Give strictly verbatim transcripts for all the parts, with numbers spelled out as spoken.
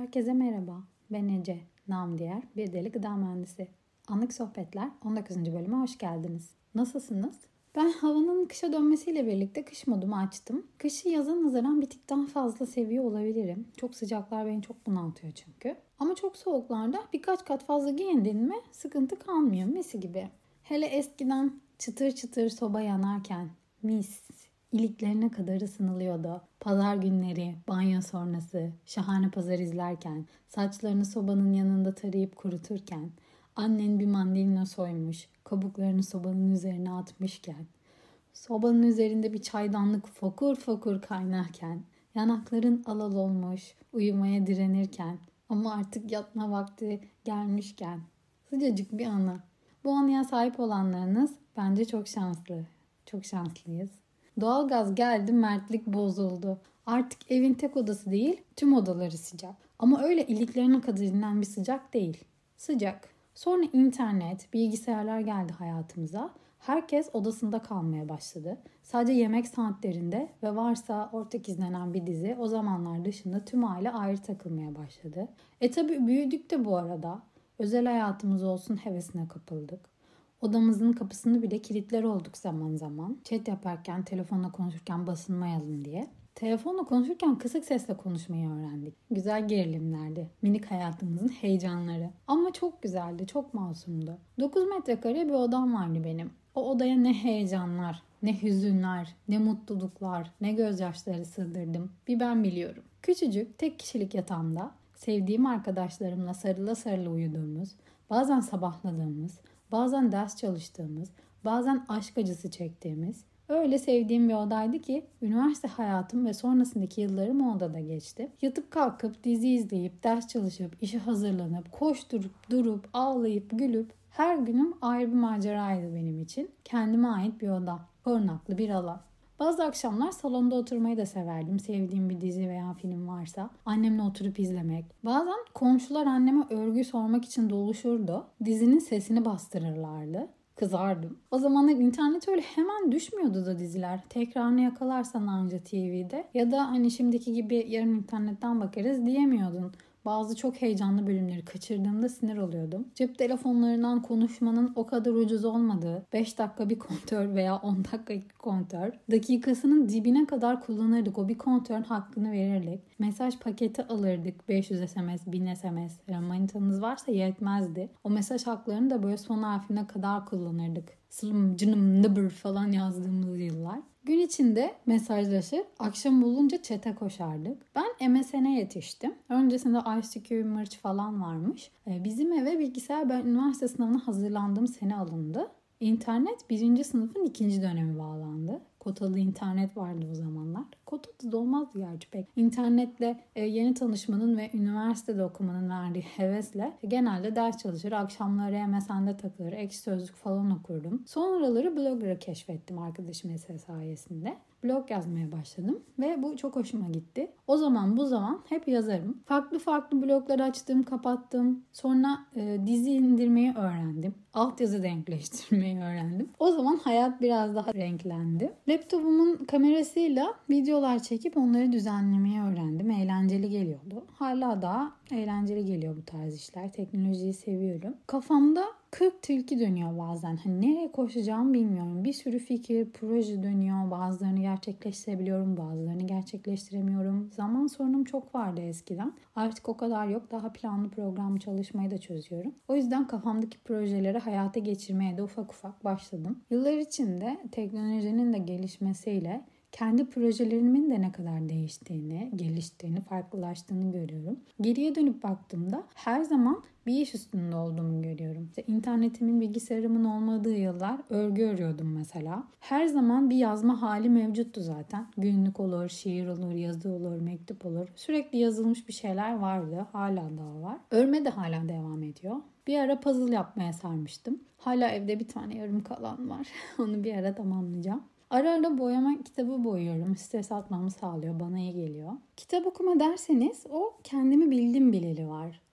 Herkese merhaba. Ben Ece, nam diğer bir deli gıda mühendisi. Anlık Sohbetler on dokuzuncu bölüme hoş geldiniz. Nasılsınız? Ben havanın kışa dönmesiyle birlikte kış modumu açtım. Kışı yaza nazaran bir tık daha fazla seviyor olabilirim. Çok sıcaklar beni çok bunaltıyor çünkü. Ama çok soğuklarda birkaç kat fazla giyindin mi sıkıntı kalmıyor, mis gibi. Hele eskiden çıtır çıtır soba yanarken mis, iliklerine kadar ısınılıyordu. Pazar günleri, banyo sonrası, şahane pazar izlerken, saçlarını sobanın yanında tarayıp kuruturken, annen bir mandalina soymuş, kabuklarını sobanın üzerine atmışken, sobanın üzerinde bir çaydanlık fokur fokur kaynarken, yanakların alal olmuş, uyumaya direnirken ama artık yatma vakti gelmişken, sıcacık bir anı. Bu anıya sahip olanlarınız bence çok şanslı. Çok şanslıyız. Doğalgaz geldi, mertlik bozuldu. Artık evin tek odası değil, tüm odaları sıcak. Ama öyle iliklerine kadar inen bir sıcak değil. Sıcak. Sonra internet, bilgisayarlar geldi hayatımıza. Herkes odasında kalmaya başladı. Sadece yemek saatlerinde ve varsa ortak izlenen bir dizi o zamanlar dışında tüm aile ayrı takılmaya başladı. E tabi büyüdük de bu arada. Özel hayatımız olsun hevesine kapıldık. Odamızın kapısını bile kilitler olduk zaman zaman. Chat yaparken, telefonla konuşurken basılmayalım diye. Telefonla konuşurken kısık sesle konuşmayı öğrendik. Güzel gerilimlerdi. Minik hayatımızın heyecanları. Ama çok güzeldi, çok masumdu. dokuz metrekare bir odam vardı benim. O odaya ne heyecanlar, ne hüzünler, ne mutluluklar, ne gözyaşları sığdırdım. Bir ben biliyorum. Küçücük, tek kişilik yatağımda sevdiğim arkadaşlarımla sarıla sarıla uyuduğumuz, bazen sabahladığımız, bazen ders çalıştığımız, bazen aşk acısı çektiğimiz, öyle sevdiğim bir odaydı ki üniversite hayatım ve sonrasındaki yıllarım o odada geçti. Yatıp kalkıp dizi izleyip, ders çalışıp, işe hazırlanıp, koşturup, durup, ağlayıp, gülüp her günüm ayrı bir maceraydı benim için. Kendime ait bir oda, korunaklı bir alan. Bazı akşamlar salonda oturmayı da severdim. Sevdiğim bir dizi veya film varsa annemle oturup izlemek. Bazen komşular anneme örgü sormak için doluşurdu. Dizinin sesini bastırırlardı. Kızardım. O zamanlar internet öyle hemen düşmüyordu da diziler. Tekrarını yakalarsan anca T V'de. Ya da hani şimdiki gibi yarın internetten bakarız diyemiyordun. Bazı çok heyecanlı bölümleri kaçırdığımda sinir oluyordum. Cep telefonlarından konuşmanın o kadar ucuz olmadığı, beş dakika bir kontör veya on dakika bir kontör, dakikasının dibine kadar kullanırdık. O bir kontörün hakkını verirdik. Mesaj paketi alırdık. beş yüz S M S, bin S M S. Yani manitanız varsa yetmezdi. O mesaj haklarını da böyle son harfine kadar kullanırdık. Sılım, cınım, nıbır falan yazdığımız yıllar. Gün içinde mesajlaşıp akşam bulunca chat'e koşardık. Ben M S N'e yetiştim. Öncesinde I C Q, Merge falan varmış. Bizim eve bilgisayar ben üniversite sınavına hazırlandığım sene alındı. İnternet birinci sınıfın ikinci dönemi bağlandı. Kotalı internet vardı o zamanlar. Kotalı da olmazdı gerçi pek. İnternetle yeni tanışmanın ve üniversitede okumanın verdiği hevesle genelde ders çalışır, akşamları M S N'de takılır, ekşi sözlük falan okurdum. Sonraları Blogger'ı keşfettim arkadaşım Ese sayesinde. Blog yazmaya başladım ve bu çok hoşuma gitti. O zaman bu zaman hep yazarım. Farklı farklı bloglar açtım, kapattım. Sonra e, dizi indirmeyi öğrendim. Altyazı denkleştirmeyi öğrendim. O zaman hayat biraz daha renklendi. Laptopumun kamerasıyla videolar çekip onları düzenlemeyi öğrendim. Eğlenceli geliyordu. Hala daha eğlenceli geliyor bu tarz işler. Teknolojiyi seviyorum. Kafamda kırk tilki dönüyor bazen. Hani nereye koşacağımı bilmiyorum. Bir sürü fikir, proje dönüyor. Bazılarını gerçekleştirebiliyorum, bazılarını gerçekleştiremiyorum. Zaman sorunum çok vardı eskiden. Artık o kadar yok. Daha planlı programlı çalışmayı da çözüyorum. O yüzden kafamdaki projeleri hayata geçirmeye de ufak ufak başladım. Yıllar içinde teknolojinin de gelişmesiyle kendi projelerimin de ne kadar değiştiğini, geliştiğini, farklılaştığını görüyorum. Geriye dönüp baktığımda her zaman bir iş üstünde olduğumu görüyorum. İşte internetimin, bilgisayarımın olmadığı yıllar örgü örüyordum mesela. Her zaman bir yazma hali mevcuttu zaten. Günlük olur, şiir olur, yazı olur, mektup olur. Sürekli yazılmış bir şeyler vardı. Hala daha var. Örme de hala devam ediyor. Bir ara puzzle yapmaya sarmıştım. Hala evde bir tane yarım kalan var. Onu bir ara tamamlayacağım. Ara ara boyama kitabı boyuyorum. Stres atmamı sağlıyor. Bana iyi geliyor. Kitap okuma derseniz o kendimi bildim bileli var.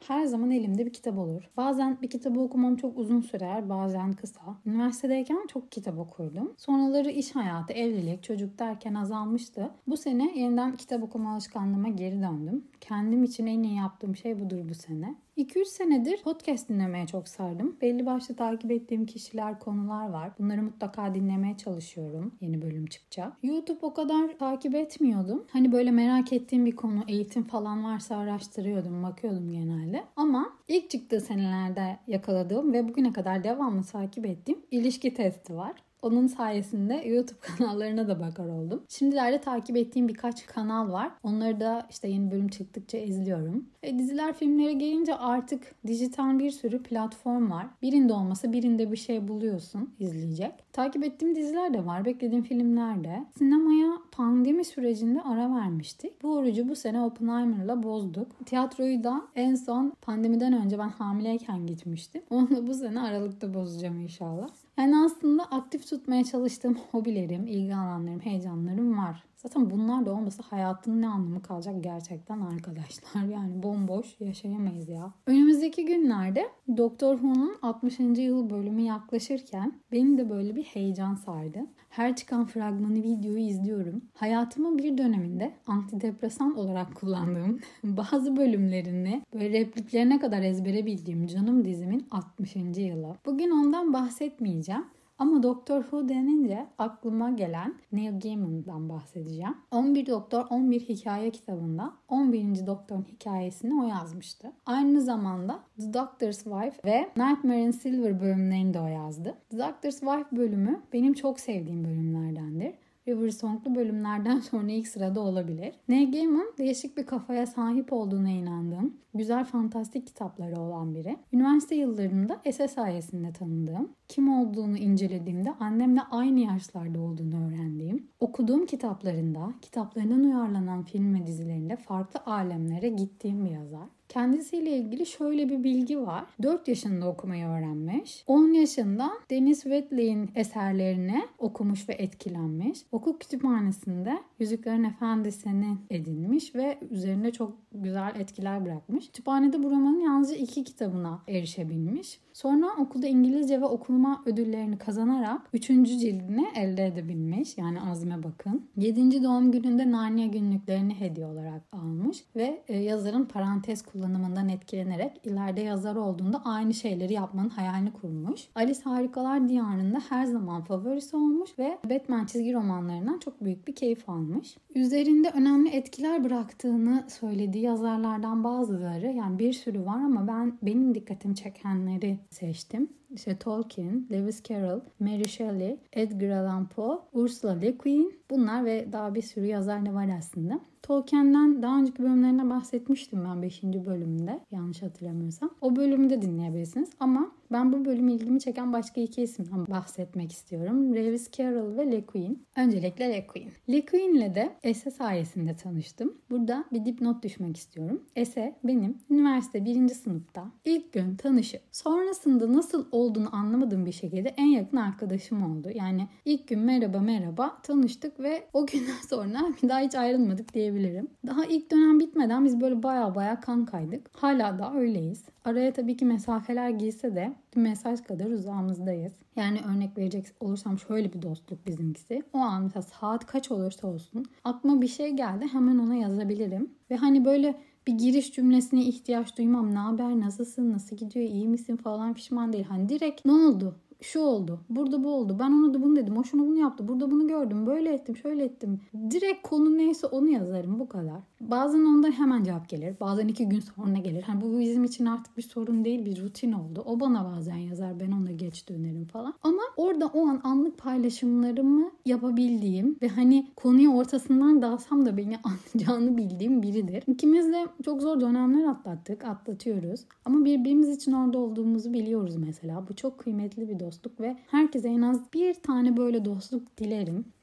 her zaman elimde bir kitap olur. Bazen bir kitabı okumam çok uzun sürer, bazen kısa. Üniversitedeyken çok kitap okurdum. Sonraları iş hayatı, evlilik, çocuk derken azalmıştı. Bu sene yeniden kitap okuma alışkanlığıma geri döndüm. Kendim için en iyi yaptığım şey budur bu sene. iki üç senedir podcast dinlemeye çok sardım. Belli başlı takip ettiğim kişiler, konular var. Bunları mutlaka dinlemeye çalışıyorum yeni bölüm çıkacak. YouTube o kadar takip etmiyordum. Hani böyle merak ettiğim bir konu, eğitim falan varsa araştırıyordum, bakıyordum genelde. Ama ilk çıktığı senelerde yakaladığım ve bugüne kadar devamlı takip ettiğim ilişki testi var. Onun sayesinde YouTube kanallarına da bakar oldum. Şimdilerde takip ettiğim birkaç kanal var. Onları da işte yeni bölüm çıktıkça izliyorum. E, diziler, filmlere gelince artık dijital bir sürü platform var. Birinde olmasa birinde bir şey buluyorsun izleyecek. Takip ettiğim diziler de var. Beklediğim filmler de. Sinemaya pandemi sürecinde ara vermiştik. Bu orucu bu sene Oppenheimer'la bozduk. Tiyatroyu da en son pandemiden önce ben hamileyken gitmiştim. Onu da bu sene Aralık'ta bozacağım inşallah. Yani aslında aktif tutmaya çalıştığım hobilerim, ilgi alanlarım, heyecanlarım var. Zaten bunlar da olmasa hayatın ne anlamı kalacak gerçekten arkadaşlar. Yani bomboş yaşayamayız ya. Önümüzdeki günlerde Doktor Who'nun altmışıncı yıl bölümü yaklaşırken beni de böyle bir heyecan sardı. Her çıkan fragmanı, videoyu izliyorum. Hayatımın bir döneminde antidepresan olarak kullandığım bazı bölümlerini böyle repliklerine kadar ezbere bildiğim canım dizimin altmışıncı yılı. Bugün ondan bahsetmeyeceğim. Ama Doktor Who denince aklıma gelen Neil Gaiman'dan bahsedeceğim. on bir Doktor on bir Hikaye kitabında on birinci Doktor'un hikayesini o yazmıştı. Aynı zamanda The Doctor's Wife ve Nightmare in Silver bölümlerini de o yazdı. The Doctor's Wife bölümü benim çok sevdiğim bölümlerdendir. River Song'lu bölümlerden sonra ilk sırada olabilir. Neil Gaiman değişik bir kafaya sahip olduğuna inandığım, güzel fantastik kitapları olan biri. Üniversite yıllarında Ese sayesinde tanıdığım, kim olduğunu incelediğimde annemle aynı yaşlarda olduğunu öğrendiğim, okuduğum kitaplarında, kitaplarından uyarlanan film ve dizilerinde farklı alemlere gittiğim bir yazar. Kendisiyle ilgili şöyle bir bilgi var. dört yaşında okumayı öğrenmiş. on yaşında Dennis Wheatley'in eserlerini okumuş ve etkilenmiş. Okul kütüphanesinde Yüzüklerin Efendisi'ni edinmiş ve üzerinde çok güzel etkiler bırakmış. Kütüphanede bu romanın yalnızca iki kitabına erişebilmiş. Sonra okulda İngilizce ve okuma ödüllerini kazanarak üçüncü cildini elde edebilmiş. Yani azme bakın. yedinci doğum gününde Narnia günlüklerini hediye olarak almış ve yazarın parantez kullanımından etkilenerek ileride yazar olduğunda aynı şeyleri yapmanın hayalini kurmuş. Alice Harikalar Diyarı'nda her zaman favorisi olmuş ve Batman çizgi romanlarından çok büyük bir keyif almış. Üzerinde önemli etkiler bıraktığını söylediği yazarlardan bazıları, yani bir sürü var ama ben benim dikkatimi çekenleri seçtim. İşte Tolkien, Lewis Carroll, Mary Shelley, Edgar Allan Poe, Ursula Le Guin, bunlar ve daha bir sürü yazar da var aslında. Tolkien'den daha önceki bölümlerine bahsetmiştim ben beşinci bölümde, yanlış hatırlamıyorsam. O bölümü de dinleyebilirsiniz ama ben bu bölüm ilgimi çeken başka iki isimden bahsetmek istiyorum. Lewis Carroll ve Le Guin. Öncelikle Le Guin. Le Guin'le de Ese sayesinde tanıştım. Burada bir dipnot düşmek istiyorum. Ese benim üniversite birinci sınıfta ilk gün tanışıp sonrasında nasıl olduğunu anlamadığım bir şekilde en yakın arkadaşım oldu. Yani ilk gün merhaba merhaba tanıştık ve o günden sonra bir daha hiç ayrılmadık diyebilirim. Daha ilk dönem bitmeden biz böyle baya baya kankaydık. Hala da öyleyiz. Araya tabii ki mesafeler girse de bir mesaj kadar uzağımızdayız. Yani örnek verecek olursam şöyle bir dostluk bizimkisi. O an mesela saat kaç olursa olsun aklıma bir şey geldi, hemen ona yazabilirim. Ve hani böyle bir giriş cümlesine ihtiyaç duymam. Ne haber, nasılsın, nasıl gidiyor, iyi misin falan pişman değil. Hani direkt ne oldu? Şu oldu, burada bu oldu, ben ona da bunu dedim, o şunu bunu yaptı, burada bunu gördüm, böyle ettim, şöyle ettim. Direkt konu neyse onu yazarım, bu kadar. Bazen ondan hemen cevap gelir, bazen iki gün sonra gelir. Hani bu bizim için artık bir sorun değil, bir rutin oldu. O bana bazen yazar, ben ona geç dönerim falan. Ama orada o an anlık paylaşımlarımı yapabildiğim ve hani konuyu ortasından dalsam da beni anlayacağını bildiğim biridir. İkimiz de çok zor dönemler atlattık, atlatıyoruz. Ama birbirimiz için orada olduğumuzu biliyoruz mesela. Bu çok kıymetli bir dostluk ve herkese en az bir tane böyle dostluk dilerim.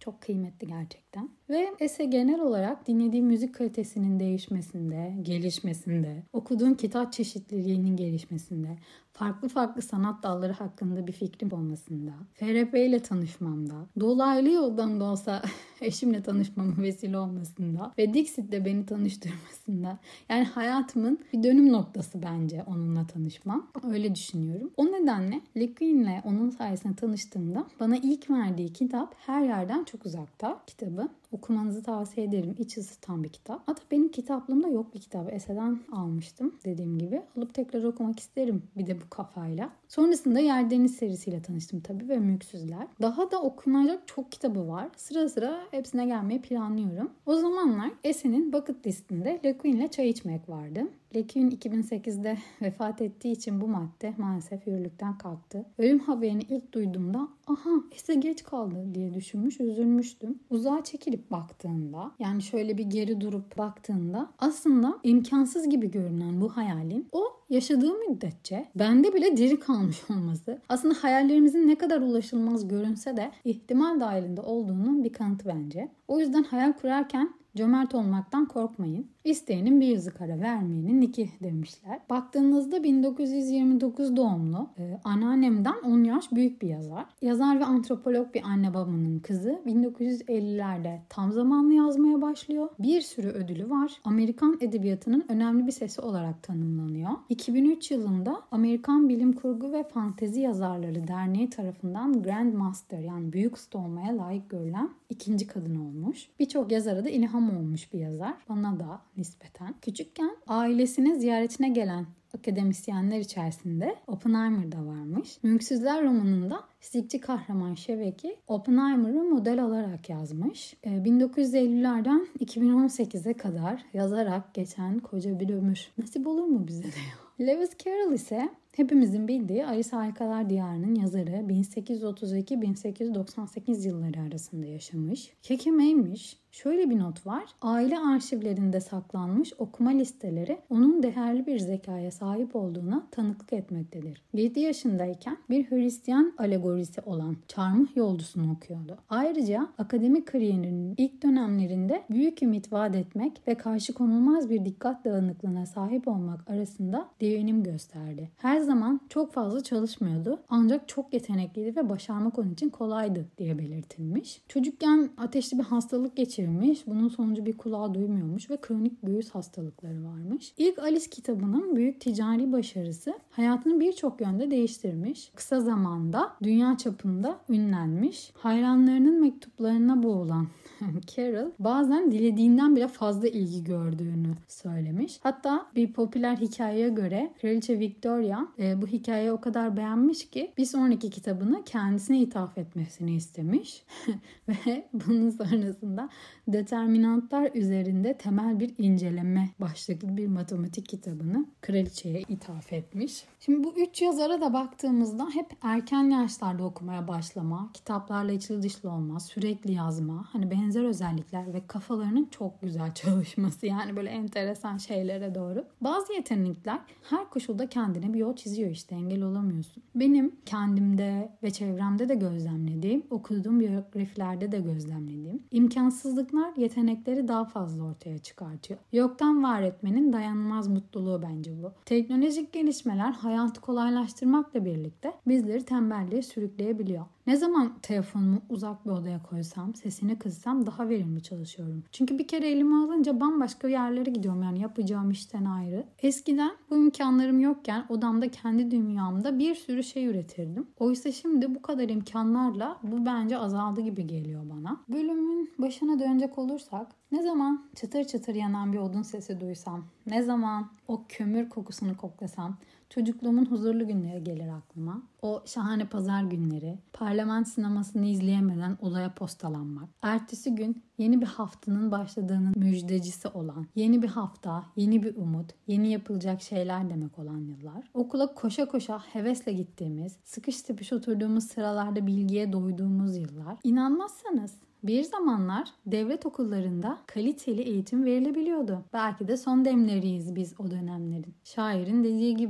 Çok kıymetli gerçekten. Ve ese genel olarak dinlediğim müzik kalitesinin değişmesinde, gelişmesinde, okuduğum kitap çeşitliliğinin gelişmesinde, farklı farklı sanat dalları hakkında bir fikrim olmasında, F R P ile tanışmamda, dolaylı yoldan da olsa eşimle tanışmama vesile olmasında ve Dixit'le beni tanıştırmasında. Yani hayatımın bir dönüm noktası bence onunla tanışmam. Öyle düşünüyorum. O nedenle Le Guin'le onun sayesinde tanıştığımda bana ilk verdiği kitap Her Yerden Çok Uzakta kitabı. Okumanızı tavsiye ederim. İç ısıtan bir kitap. Hatta benim kitaplığımda yok bir kitap. Ese'den almıştım dediğim gibi. Alıp tekrar okumak isterim bir de bu kafayla. Sonrasında Yer Deniz serisiyle tanıştım tabii ve Mülksüzler. Daha da okunacak çok kitabı var. Sıra sıra hepsine gelmeyi planlıyorum. O zamanlar Ese'nin bucket listinde Le Guin'le çay içmek vardı. Le Guin iki bin sekizde vefat ettiği için bu madde maalesef yürürlükten kalktı. Ölüm haberini ilk duyduğumda aha Ese geç kaldı diye düşünmüş, üzülmüştüm. Uzağa çekilip baktığında, yani şöyle bir geri durup baktığında aslında imkansız gibi görünen bu hayalin o yaşadığı müddetçe bende bile diri kalmış olması aslında hayallerimizin ne kadar ulaşılmaz görünse de ihtimal dahilinde olduğunun bir kanıtı bence. O yüzden hayal kurarken cömert olmaktan korkmayın. İsteyenin bir yüzü kara, vermeyenin iki demişler. Baktığınızda bin dokuz yüz yirmi dokuz doğumlu, e, anneannemden on yaş büyük bir yazar. Yazar ve antropolog bir anne babanın kızı. bin dokuz yüz ellilerde tam zamanlı yazmaya başlıyor. Bir sürü ödülü var. Amerikan edebiyatının önemli bir sesi olarak tanımlanıyor. iki bin üç yılında Amerikan Bilim Kurgu ve Fantezi Yazarları Derneği tarafından Grandmaster, yani büyük usta olmaya layık görülen ikinci kadın olmuş. Birçok yazara da ilham olmuş bir yazar. Bana da nispeten. Küçükken ailesine ziyaretine gelen akademisyenler içerisinde Oppenheimer da varmış. Mülksüzler romanında fizikçi kahraman Şeveki Oppenheimer'ı model alarak yazmış. bin dokuz yüz ellilerden iki bin on sekize kadar yazarak geçen koca bir ömür. Nasip olur mu bize de ya? Lewis Carroll ise hepimizin bildiği Alice Harikalar Diyarı'nın yazarı. bin sekiz yüz otuz iki bin sekiz yüz doksan sekiz yılları arasında yaşamış. Kekemeymiş. Şöyle bir not var. Aile arşivlerinde saklanmış okuma listeleri onun değerli bir zekaya sahip olduğuna tanıklık etmektedir. yedi yaşındayken bir Hristiyan alegorisi olan Çarmıh Yolcusunu okuyordu. Ayrıca akademik kariyerinin ilk dönemlerinde büyük ümit vaat etmek ve karşı konulmaz bir dikkat dağınıklığına sahip olmak arasında devinim gösterdi. Her zaman çok fazla çalışmıyordu ancak çok yetenekliydi ve başarmak onun için kolaydı diye belirtilmiş. Çocukken ateşli bir hastalık geçirmiş. Bunun sonucu bir kulağı duymuyormuş ve kronik göğüs hastalıkları varmış. İlk Alice kitabının büyük ticari başarısı hayatını birçok yönde değiştirmiş. Kısa zamanda dünya çapında ünlenmiş. Hayranlarının mektuplarına boğulan Carroll bazen dilediğinden bile fazla ilgi gördüğünü söylemiş. Hatta bir popüler hikayeye göre Kraliçe Victoria e, bu hikayeyi o kadar beğenmiş ki bir sonraki kitabını kendisine ithaf etmesini istemiş. Ve bunun sonrasında determinantlar üzerinde temel bir inceleme başlıklı bir matematik kitabını kraliçeye ithaf etmiş. Şimdi bu üç yazara da baktığımızda hep erken yaşlarda okumaya başlama, kitaplarla içli dışlı olma, sürekli yazma, hani benzer özellikler ve kafalarının çok güzel çalışması, yani böyle enteresan şeylere doğru. Bazı yetenekler her koşulda kendine bir yol çiziyor, işte engel olamıyorsun. Benim kendimde ve çevremde de gözlemlediğim, okuduğum biyografilerde de gözlemlediğim imkansızlıklar yetenekleri daha fazla ortaya çıkartıyor. Yoktan var etmenin dayanılmaz mutluluğu bence bu. Teknolojik gelişmeler hayatı kolaylaştırmakla birlikte bizleri tembelliğe sürükleyebiliyor. Ne zaman telefonumu uzak bir odaya koysam, sesini kıssam daha verimli çalışıyorum. Çünkü bir kere elime alınca bambaşka yerlere gidiyorum, yani yapacağım işten ayrı. Eskiden bu imkanlarım yokken odamda kendi dünyamda bir sürü şey üretirdim. Oysa şimdi bu kadar imkanlarla bu bence azaldı gibi geliyor bana. Bölümün başına dönecek olursak, ne zaman çıtır çıtır yanan bir odun sesi duysam, ne zaman o kömür kokusunu koklasam, çocukluğumun huzurlu günleri gelir aklıma. O şahane pazar günleri, parlament sinemasını izleyemeden olaya postalanmak. Ertesi gün yeni bir haftanın başladığının müjdecisi olan, yeni bir hafta, yeni bir umut, yeni yapılacak şeyler demek olan yıllar. Okula koşa koşa hevesle gittiğimiz, sıkış tepiş oturduğumuz sıralarda bilgiye doyduğumuz yıllar. İnanmazsanız bir zamanlar devlet okullarında kaliteli eğitim verilebiliyordu. Belki de son demleriyiz biz o dönemlerin. Şairin dediği gibi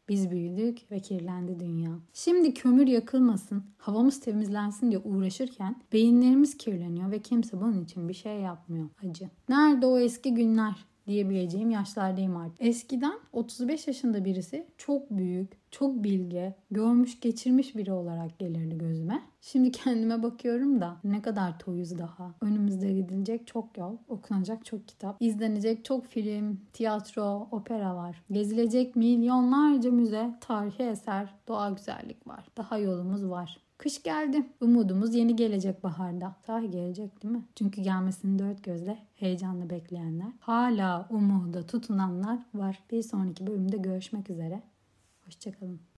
Biz büyüdük ve kirlendi dünya. Şimdi kömür yakılmasın, havamız temizlensin diye uğraşırken beyinlerimiz kirleniyor ve kimse bunun için bir şey yapmıyor. Acı. Nerede o eski günler diyebileceğim yaşlardayım artık. Eskiden otuz beş yaşında birisi çok büyük, çok bilge, görmüş geçirmiş biri olarak gelirdi gözüme. Şimdi kendime bakıyorum da ne kadar toyuz daha. Önümüzde gidilecek çok yol, okunacak çok kitap, izlenecek çok film, tiyatro, opera var. Gezilecek milyonlarca müze, tarihi eser, doğa güzellik var. Daha yolumuz var. Kış geldi. Umudumuz yeni gelecek baharda. Sahi gelecek değil mi? Çünkü gelmesini dört gözle heyecanla bekleyenler, hala umuda tutunanlar var. Bir sonraki bölümde görüşmek üzere. Hoşçakalın.